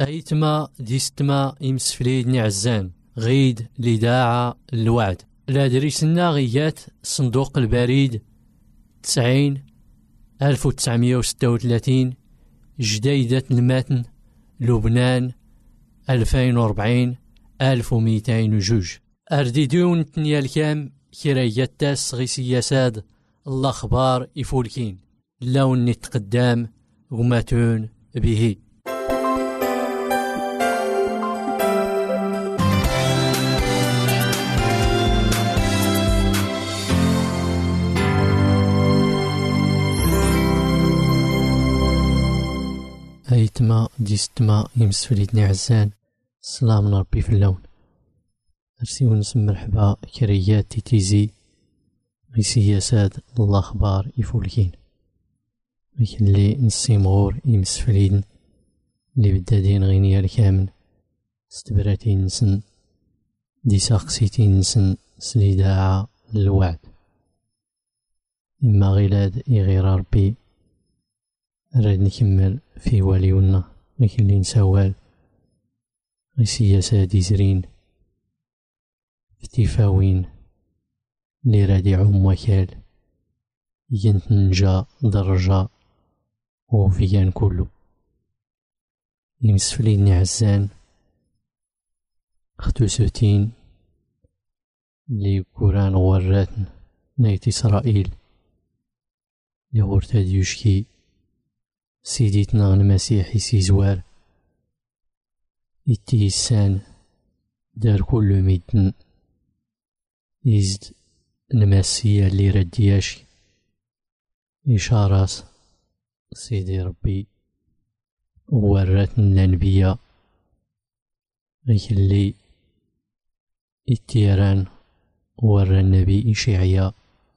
أيتما ديستما إمسفليد نعزان غيد لداعة الوعد لا دريسنا غيات صندوق البريد 90-1936 جديدة المتن لبنان 2040-1202 أرديدون تنيا الكام كرايات تاس غي سياساد الأخبار إفولكين لون نتقدام غماتون به أيتما ديستما يمسفليدني عزان السلام ربي في اللون أرسيو نسم مرحبا كريات تيتيزي غي سياسات الأخبار يفولكين غيك اللي نسيمغور يمسفليدن اللي بدادين غينيا الكامن استبراتين نسن دي ساقسيتين نسن سليداعة الوعد إما غيلاد يغير ربي راد نكمل في واليونا غيك اللي نسوال غي سياسات ديزرين فتيفاوين اللي راد يعوم وكال ينتنجا درجة وفيان كله يمسفليني عزان اختو سوتين اللي كوران وراتن نايت إسرائيل اللي غورتا ديوشكي سيديتنا المسيح سيزوار يتيسان دار كل ميدن يزد المسيح اللي ردياش إشارات سيدي ربي وراتنا الأنبياء غيك اللي التيران ورى النبي إشعياء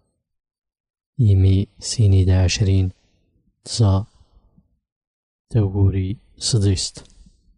يمي سيني 20 تزا تغوري صديست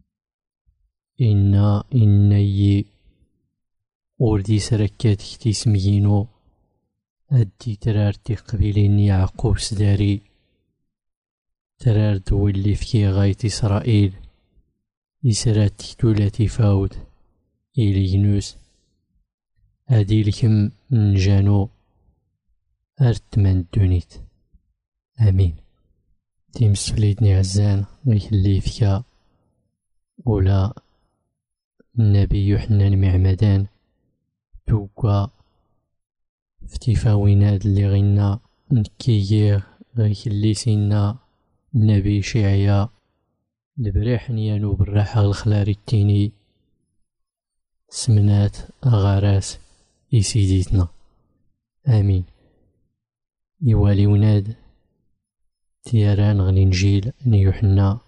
إني وردي سركات كتي سميينو أدي ترارتي قبيلين يعقوب سداري ترار دولي فكي غايت إسرائيل يسرات دولتي فاود إلي جنوس أدي لكم نجانو أرتمن دونيت آمين تيمس فليدني عزان غيك اللي فيها ولا النبي يوحنا المعمدان توقع فتيفاويناد اللي غينا نكيير غيك اللي سينا النبي شيعيا البريح نيانو بالراحة الخلاري التيني سمنات أغاراس إسيديتنا آمين يوالي وناد تياران غلي نجيل نيوحنا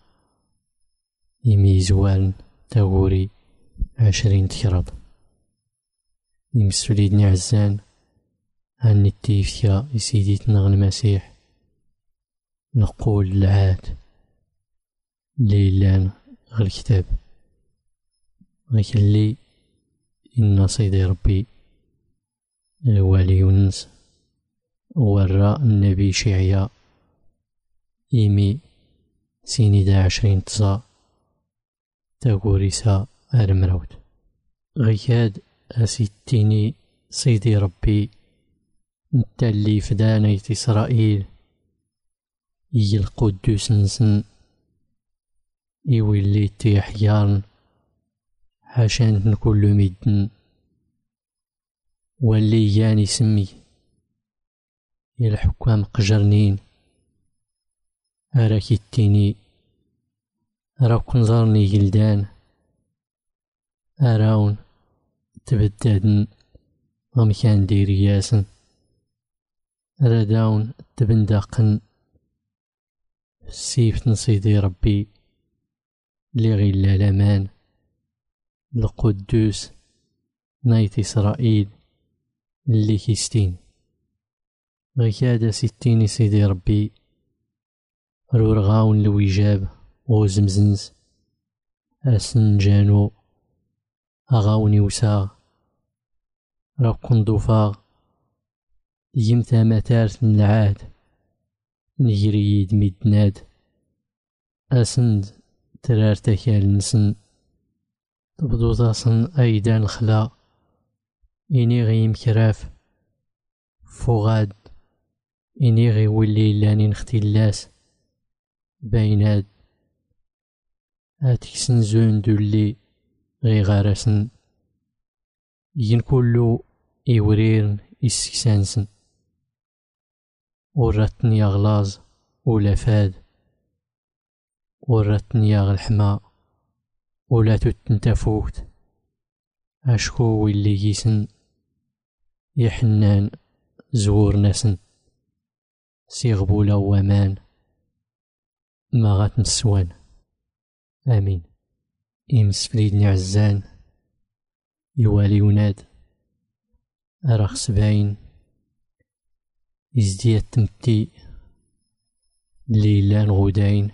يميزوان تاغوري 20 تكرب يمسوليدني عزان هاني التيفيا يسيديتنا المسيح نقول العاد ليلان غير الكتاب غيك اللي إن سيدي ربي الوالي يونس ورى النبي شيعيا إيمي سيني 20 تزا تاغوريسا أرمراوت غيكاد أسيتيني سيدي ربي انت اللي فدانيت إسرائيل يجي القدوس نسن يولي تيحيان حاشان كل مدن واللي ياني سمي الحكام قجرنين أراكي التيني أراك نظرني جلدان أراون تبدادن ومكان ديري ياسن أراداون تبنداقن السيف نصيدي ربي اللي غيلا لامان القدوس نايت إسرائيل اللي كيستين غيكادا ستيني سيدي ربي رورغاون الوجاب وزمزنز أسنجانو أغاوني وساغ راكون دوفاغ يمتا متارت من العاد نجري يد ميدناد أسند ترارتك نسن تبدو تصن أيدان خلا إني غيم كراف فوغاد إني غي ولي لاني نختلاس بيناد هاتكسن زون دولي غي غارسن ين كلو إوريرن إسكسانسن وراتني أغلاز ولا فاد وراتني أغلحما ولا تتنتفوت أشكو واللي يسن يحنان زور نسن سيغبولا ومان ما غات نسوان آمين. إمس فليدني عزان يوالي وناد أرخ سبعين إزدياد تمتي ليلان غودين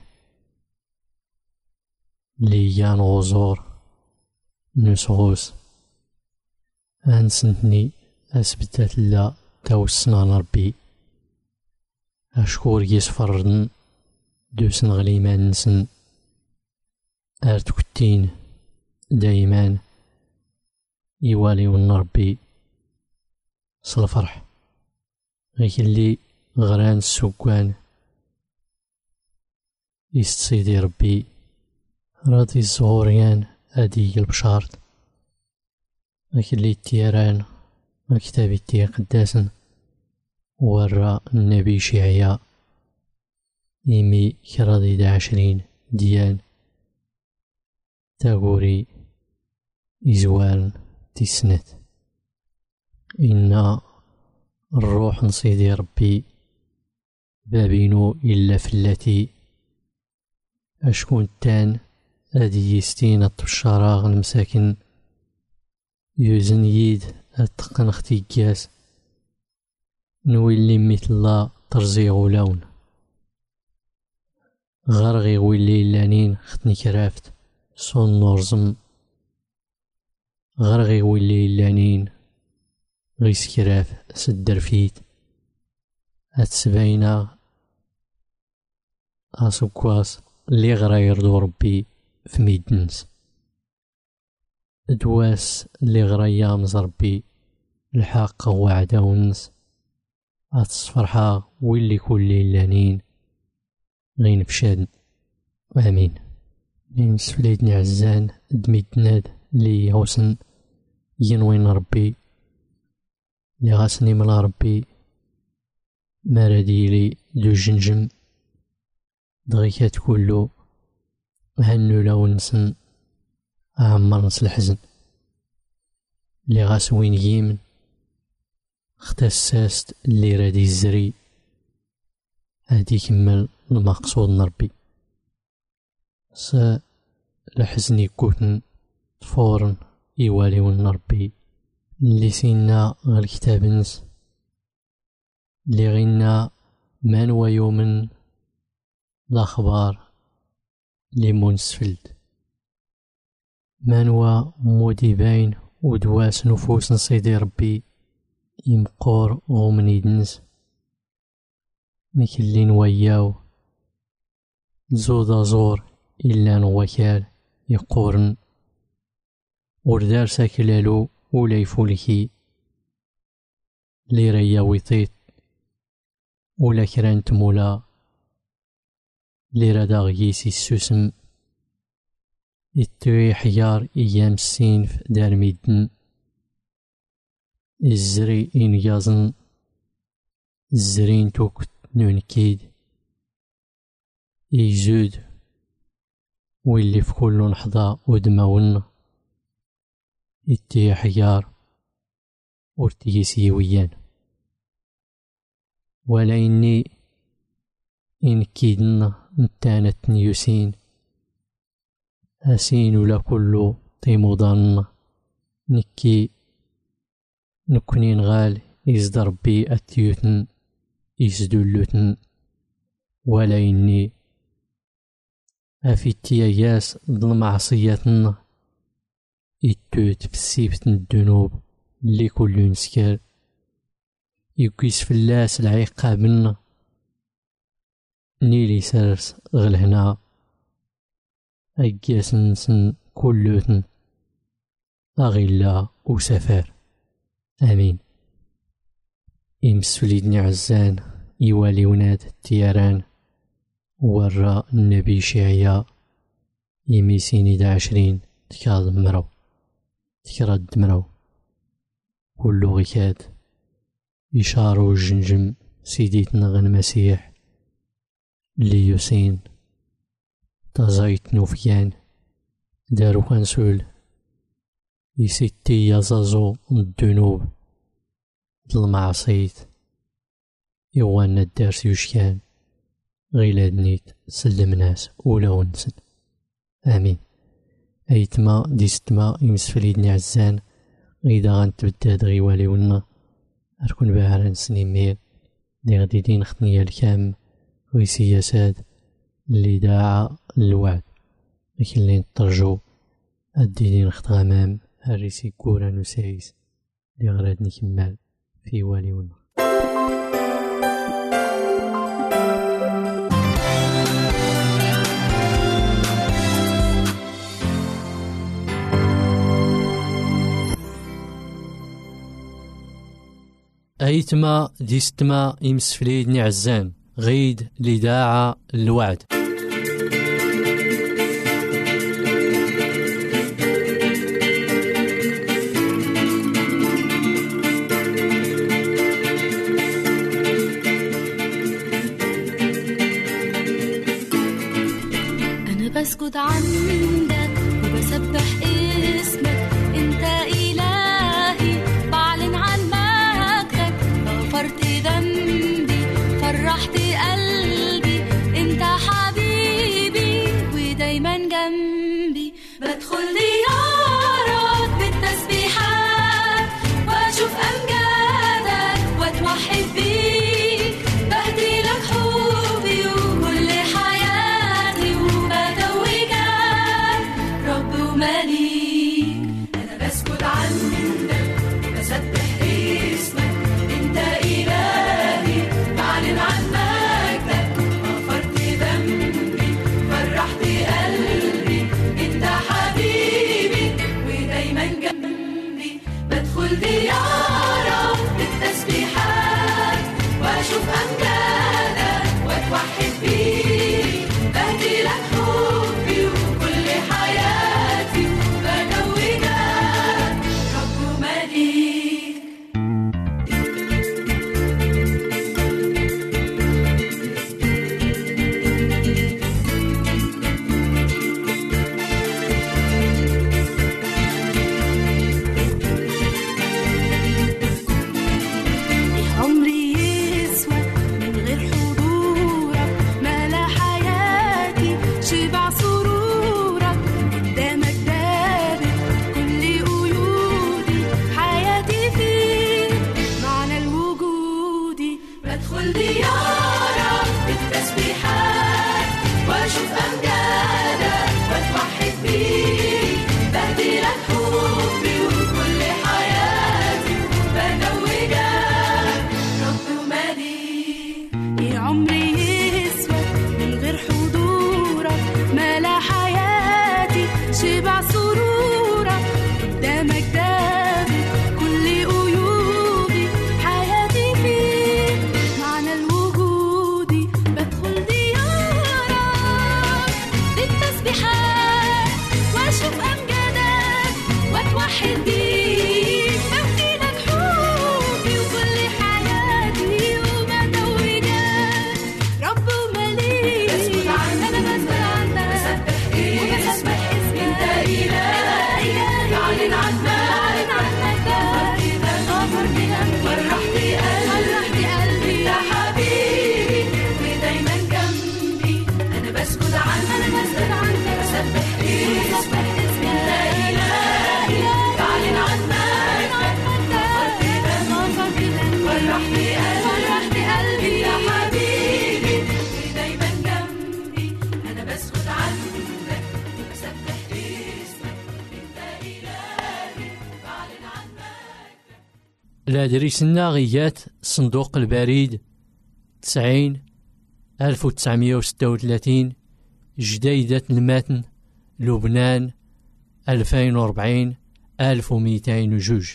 ليان غزور نسغوس أنسنتني أثبتت لا توسنا ربي أشكور يسفرن دوسن غليمان نسن أرتكتين دايمان يوالي ونربي صلفرح غيك اللي غران السوقان يستصيدي ربي راضي الزهوريان أدي البشارت غيك اللي التيران وكتابي تي قداسن ورا النبي شيعيا يمي كراضي 20 ديال تاغوري إزوال تسنت إن الروح نصيدي ربي بابينو إلا فلاتي أشكون تان أدي يستين الطشراغ المساكن يوزن يد أتقن اختيكاس نولي مثل الله ترزيغ لون غرغي ويلي لانين ختني كرافت صون نورزم غرغي ويلي لانين غيس كراف سدر فيت أتسباينا أسوكواس اللي غرا يرضو ربي في ميدنس دواس اللي غرا يامز ربي الحق وعدا ونس أتصفرحا ويلي كل لانين غين فشاد آمين. نمس فليدني عزان دميدناد لي غوسن ينوين ربي لي غاسني ملا ربي مارديلي دو جنجم دغيكات كلو هنو لونسن عمر نس الحزن لي غاسوين يمن اختساست اللي رادي الزري هادي كمل المقصود نربي س لحزني كوتن فورن يوالي ونربي اللي سينا غير كتابنس اللي غينا من ويومن الأخبار اللي منسفلد منوى مودي باين ودواس نفوس نصيدي ربي يمقور ومن يدنس مكلين وياو زودا زور إلا نوكال يقورن وردار ساكلالو ولا يفولكي لي ريا ويطيط ولا كرانت مولا لي رادا غيسي السوسم يتوي حيار ايام السينف دار ميدن الزري إنجازن الزرين توكت نونكيد يزود واللي في كل نحظى ودماون يتي حيار ورتيسي ويان ولا إني إن كيدن نتانت نيوسين أسين ولا كله طيموضان نكي نكونين غال يزدر بي أتيوتن يزدولوتن ولا إني أفيتي ياس ظلم عصياتن يتوت في السيفت الذنوب اللي كل نسكر يكيس فلاس العقابن نيلي سرس غلهنا أجاسن كلوثن أغلا وسفار. آمين. إمسفليدني عزان يوالي وناد تياران ورا النبي شعيا يميسيني 20 تكاد مرو تكراد مرو كل غيكاد يشارو الجنجم سيديتنا غن مسيح اللي يسين تزايت نوفيان دارو كنسول يسيتي يزازو الذنوب المعصيت يوانا الدارس يشكان غيلاد نيت سلم ناس ولا ونسن. آمين. أيتما ديستما يمسفليدني عزان غيدا غنتبداد غيوالي ونا أركون باهران سنيمير دي غدي دين خطنيا الكام ويسياسات اللي داعا للوعد لكن اللي نترجو أدي دين خط غمام هريسي كورا نسايس اللي غرادني كمال في والي ونا. أيتما ديستما يمسفليدني عزان غيد لداعة الوعد. أنا بسجد عندك وبسبح اسمك، أنت إلهي بعلن عن مجدك، غفرت ذنبي فرحت قلبي، أنت حبيبي ودايما جنبي، بدخل ديارك بالتسبيحات وأشوف أمجادك وأتوحد بيك، بهدي لك حبي وكل حياتي وبتوجك رب ومليك. أنا بسجد عندك بسبح اسمك، أنت إلهي بعلن عن مجدك، غفرت ذنبي فرحت قلبي، أنت حبيبي ودايما جنبي، بدخل ديارك بالتسبيحات وأشوف أمجادك وأتوحد بيك، بهدي لك حبي وكل حياتي وبتوجك رب ومليك. عمري يسوى من غير حضورك، ملا حياتي شبع سرورك، قدامك دابت كل قيودي، حياتي فيك معنى الوجود، بدخل ديارك بالتسبيحات واشوف امجادك واتوحد بيك، بهدي لك حبي وكل حياتي وبتوجك رب ومليك. يا عمري يسوى من غير حضورك، ملا حياتي شبع سرورك، قدامك دابت كل قيودي، حياتي فيك معنى الوجود، بدخل ديارك بالتسبيحات واشوف امجادك واتوحد بيك، بهدي لك حبي وكل حياتي وبتوجك رب ومليك. بسجد عندك أنا بسجد عندك وبسبح اسمك، أنت إلهي بعلن عن مجدك، غفرت ذنبي فرحت قلبي، أنت حبيبي ودايما جنبي، أنا بسجد عندك بسبح اسمك، أنت إلهي بعلن عن مجدك، غفرت ذنبي فرحت قلبي، أنت حبيبي ودايما جنبي، أنا بسجد عندك بسبح اسمك، أنت إلهي بعلن عن مجدك. الأدريسنا غيات صندوق البريد 90 1936 جديدة المتن لبنان 2040 1202.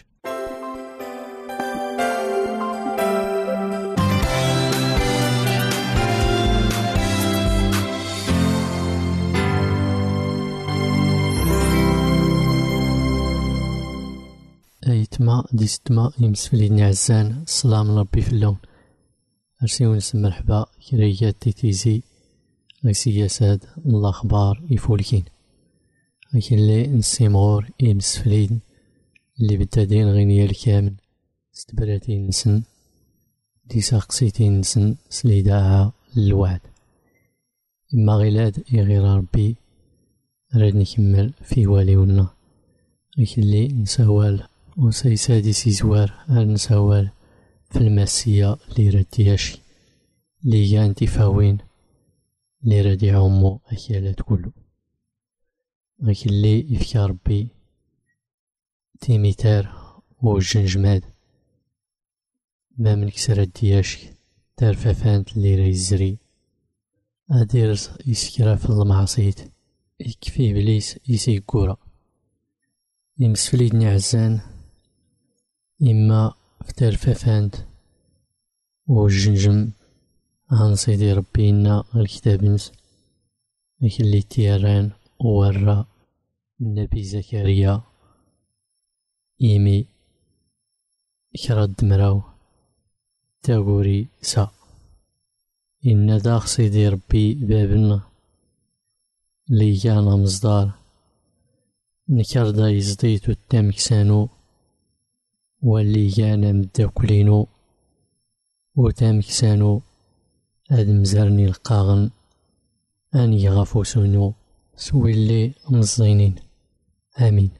ايتما ديستما يمسفليني عزان السلام ربي في اللون ارسيون نسمى مرحبا كريات تيتيزي سياسات الاخبار يفولكين لكن اللي نسيمغور يمسفلين اللي بتادين غينيا الكامل ستبراتين نسن دي ساقسيتين نسن سليداها للوعد اما غيلاد يغير ربي راد نكمل في واليونا لكن اللي نسوال وسيسادي سيزوار نسوال في المسية اللي راد ياشي اللي كان تفاوين اللي راد يعمو أكيالات كله لكن اللي يفكى ربي تيميتار وجنجماد ما من كسر دياشي ترفافانت اللي راه يزري ادير يسكرا في المعصيت يكفي بليس يسيكورا يمسفليدني عزان إما في ترفافانت وجنجم عن سيدي ربينا الكتاب نس لكن اللي تيران ورا النبي زكريا إيمي كرد مراو تاغوري سا إن داخ سيدي ربي بابنا لي كان مصدار نكردا يزديتو التامكسانو واللي كان مداكلينو وتامكسانو ادم زرني القاغن اني غافوسونو سوي اللي مزينين امين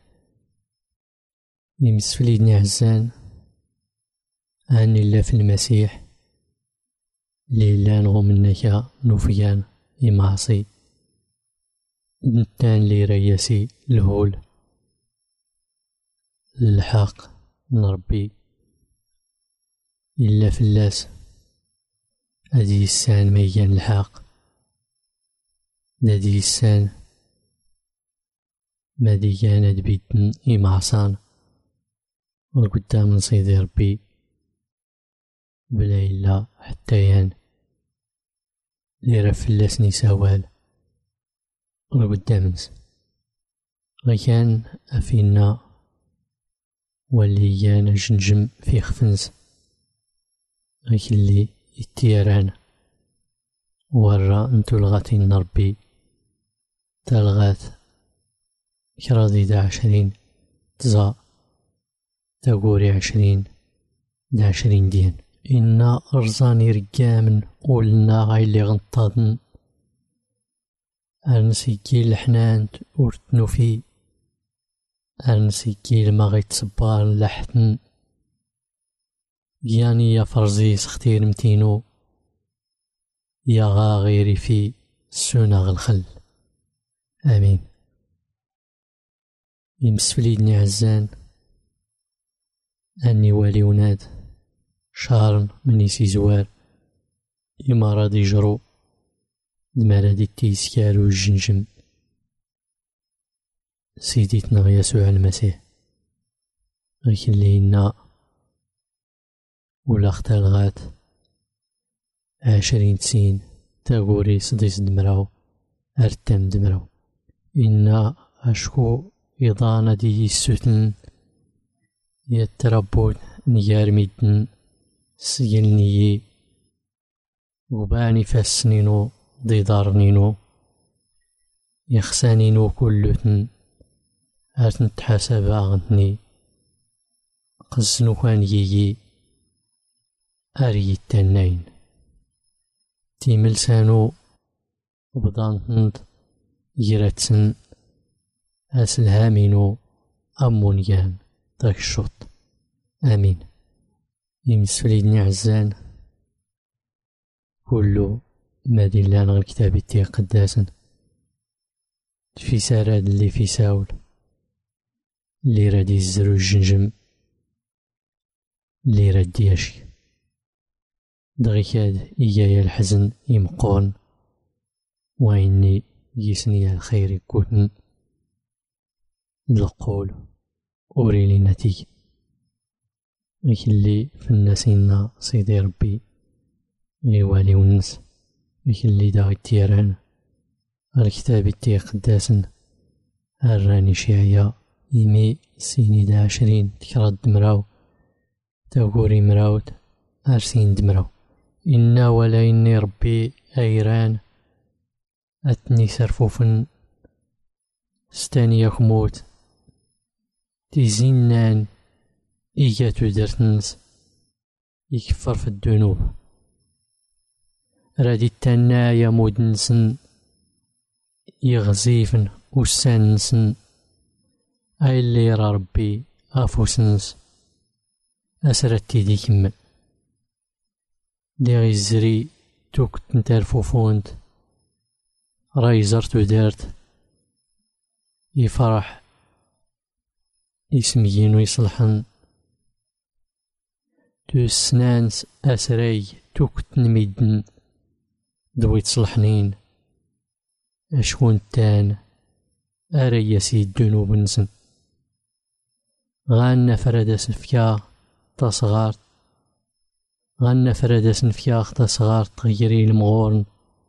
يمسفليدني عزان اني لا في المسيح ليلان غمنك نوفيان يمعصي نتان لي رياسي الهول الحق نربي إلا فلاس هادي السان ميان الحق نادي السان مادي كان دبيتن إمعصان والقدام من سيدي ربي بلا إلا حتى يان لي فلاس نساوال والقدامنس غيكان أفينا واللي كان جنجم في خفنس غيك اللي يتيران ورا انتو لغاتين نربي تلغات كراضي 20 تزا تاقوري 20 دين إنا أرزاني رقامن ولنا غاي اللي غنطادن أرنسيكي الحنانت ورتنو في أرنسيكي لما غيتصبار لحتن يعني يا فرزي سختير متينو يا غيري في سوناغ الخل آمين يمسفليدني عزان أني والي وناد شهر من يسي زوار يما راضي جرو دمارادي تيسكارو الجنجم سيديتنا يسوع المسيح لكن لينا ولا اختلغات 20 سين تاغوري صديس دمراو ارتم دمراو إنا أشكو إضانة دي السوتن يتربون نيار ميدن سيلني وباني فاسنينو ضيدارنينو يخسانينو كلتن هاتن تحاسب أغنتني قزنو كان يجي أري التنين تيملسانو وبضانتند يراتسن أسلهامينو أمونيان داك الشوط آمين يمسفليدني عزان كلو ما دلان غير كتابي تي قداسن في سراد اللي في ساول اللي راد يزرو الجنجم اللي راد ياشي دغيكاد إيايا الحزن يمقون وإني يسني الخير يكون القول أوري لنا تيك اللي في الناس إنا سيدي ربي يوالي ونس اللي داغي التيران الكتاب تي قداسن الراني شيعية يمي سيني 20 تكراد دمراو تاقوري مراود أرسين دمراو إنا ولا إني ربي أيران أتني سرفوفن ستاني يخموت تيزينان إيجاتو درتنس يكفر في الذنوب رادي التنايا مودنسن يغزيفن وسانسن أي اللي يرى ربي أفوسنس أسرتي دي كمل دي غيزري توك نتارفو فوند راي زرتو دارت يفرح يسميين ويصلحن تو سنانس أسري توك تنميدن دوي تصلحنين أشكون تان أري يسيد الذنوب نسن غانا فردا سنفيا تصغار غانا فردا سنفيا تصغار تغيري المغورن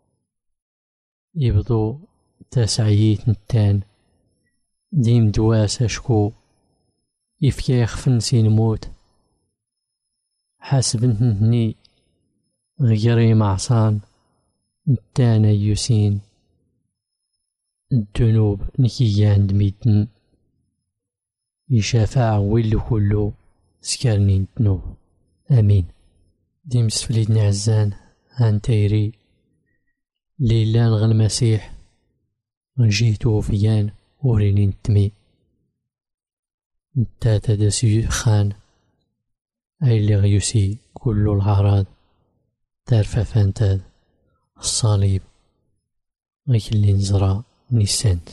يبدو تسعيت نتان ديم دواس أشكو يفيا يخفن سين موت حاسبنتني غيري معصان نتانا يوسين الذنوب نكيان دميتن يشافع ويلو كلو سكرني نتنوب امين ديم سفليدني عزان هانتيري ليلان غا المسيح جيتو فيان وريني نتمي نتاتا داسي خان اي اللي غيوسي كلو العراض تارفا فانتاد الصليب غيك اللي نزرع نيسانت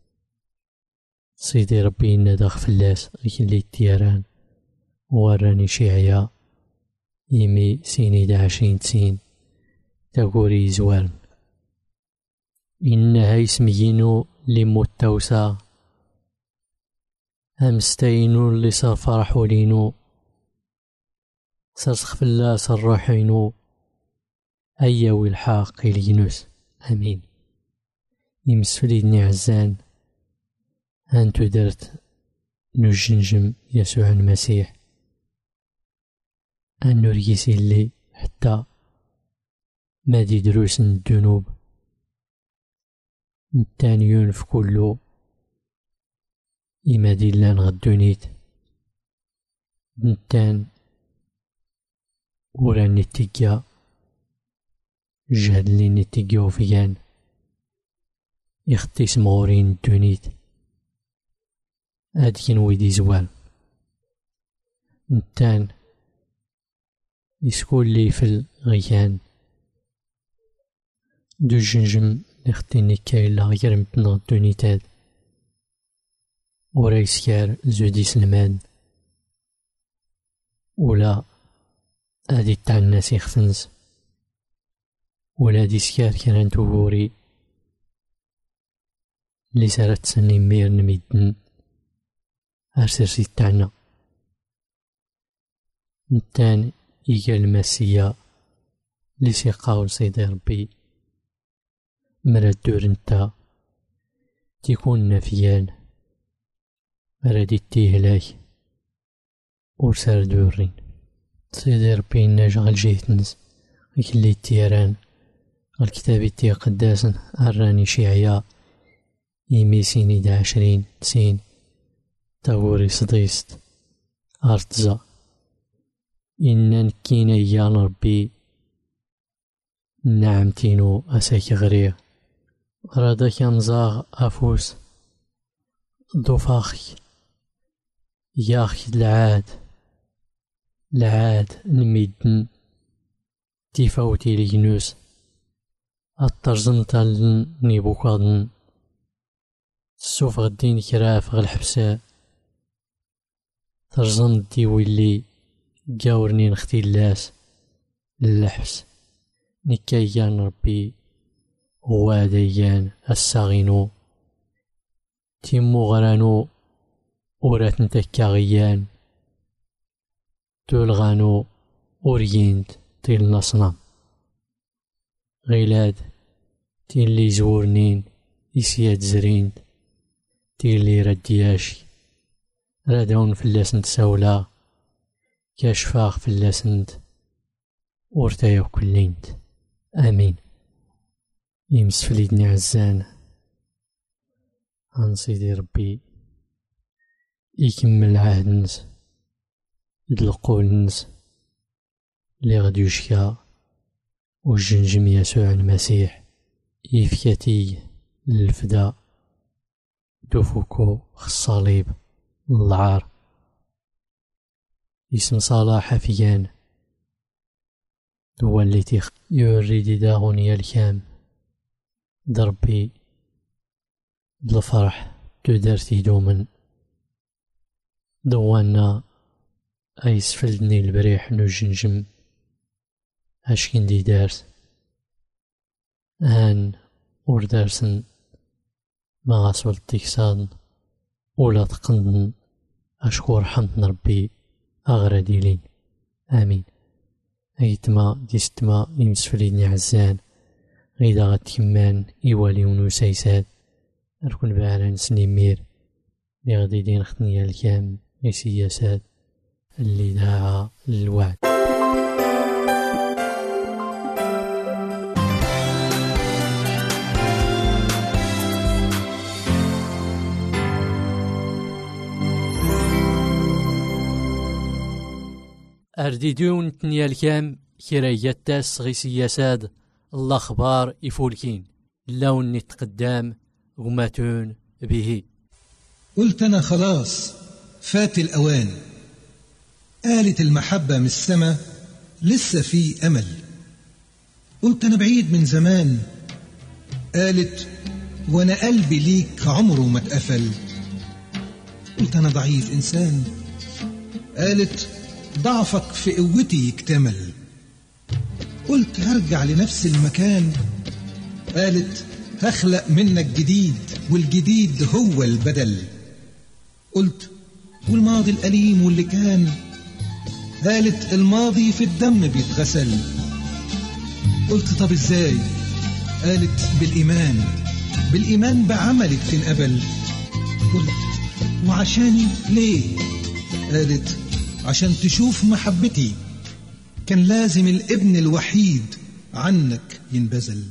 سيدي ربي إنا داخ فلاس غيك اللي التيران وراني شيعيا يمي سيني 20 سين تاقوري زوارن إنا هايسميينو اللي موت توسا همستينو اللي صار فرحو لينو سرسخ فلاس الروحينو أياوي الحاق الينوس امين يمسفليدني عزان هانتو درت نجنجم يسوع المسيح ان نريسي اللي حتى ما دي دروس الذنوب نتانيون في كلو إما دي لان غدونيت نتان وراني تيكا جهد لي نتيجيو فيان يختيس مغورين الدونيت هادكين ويدي زوال نتان يسكول لي في الغيان دو جنجم نختيني كايلا غير متنغ الدونيتاد ورايسكار زودي سلمان ولا هادي تاع الناس يخفنز ولا ديسكار كان تغوري اللي سارت سني مير نميدن ارسرسي تاعنا نتان إيجا المسيا اللي سيقاول سيدي ربي مرا دور نتا تيكون نافيان مرا دي تيهلاك ورسار دورين سيدي ربي ناجغ جيتنس غيك اللي تيران الكتاب تي قداسن الراني شيعيا يمي سيني 20 سين تاغوري صديست ارتزا إنا نكينا يا ربي نعمتينو أساك غرير رادك نزاغ أفوس ضفاخي ياخي العاد نميدن تيفاوتي لينوس الطرزنطال نيبوكادن السوف غدين كراف غالحبساء ترزن دي ويلي جاورني نختي اللاس للحبس نكايان ربي هو ديان الساغينو تيمو غرانو ورات نتكا غيان تولغانو أورينت تيل نصنام غيلاد تيل لي زورنين إسياد زرينت تيل لي ردياشي رادون فلاسنت سولا كاشفاغ فلاسنت ورتايو كلينت آمين. يمس فليدني عزان عن سيدي ربي يكمل عهدنس يدلقولنس لي غادي يشكا والجنجم يسوع المسيح يفكاتي للفدا دوفوكو الصليب العار اسم صلاح فيان هو اللي تيخ يوريدي داغوني الكام دربي بالفرح تدرتي دومن دوانا ايسفلدني البريح نجنجم اشكين دي دارس هان اور دارسن ما غاسول تيكسان ولا تقندن اشكور حمد ربي اغردي لين امين. ايتما ديستما يمسفليني عزان غيدا غتكمان يوالي ونسيساد اركن بعلان سنيمير لي غادي دين ختنيا الكام سياسات اللي داعا للوعد. أرديدون تنيا الكام كرايات تاس غي سياسات الأخبار يفولكين اللون نتقدام غماتون به. قلت أنا خلاص فات الأوان، قالت المحبة من السما لسه في أمل. قلت أنا بعيد من زمان، قالت وأنا قلبي ليك عمره ما اتقفل. قلت أنا ضعيف إنسان، قالت ضعفك في قوتي يكتمل. قلت هرجع لنفس المكان، قالت هخلق منك جديد والجديد هو البدل. قلت والماضي الأليم واللي كان، قالت الماضي في الدم بيتغسل. قلت طب ازاي؟ قالت بالإيمان، بالإيمان بعملك تنقبل. قلت وعشاني ليه؟ قالت عشان تشوف محبتي كان لازم الابن الوحيد عنك ينبذل.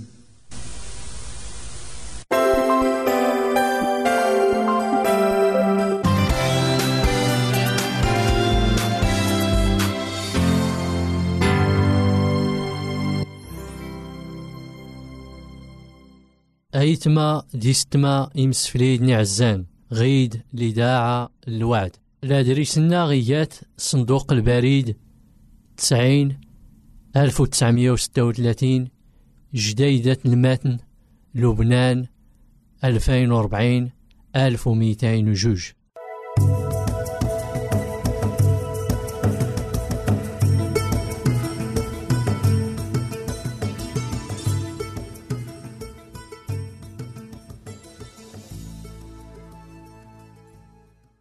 أيتما ديستما يمسفليدني عزان غيد لداعة الوعد. لا دريسنا غيات صندوق البريد 90-1936 جديدة المتن لبنان 2040-1202.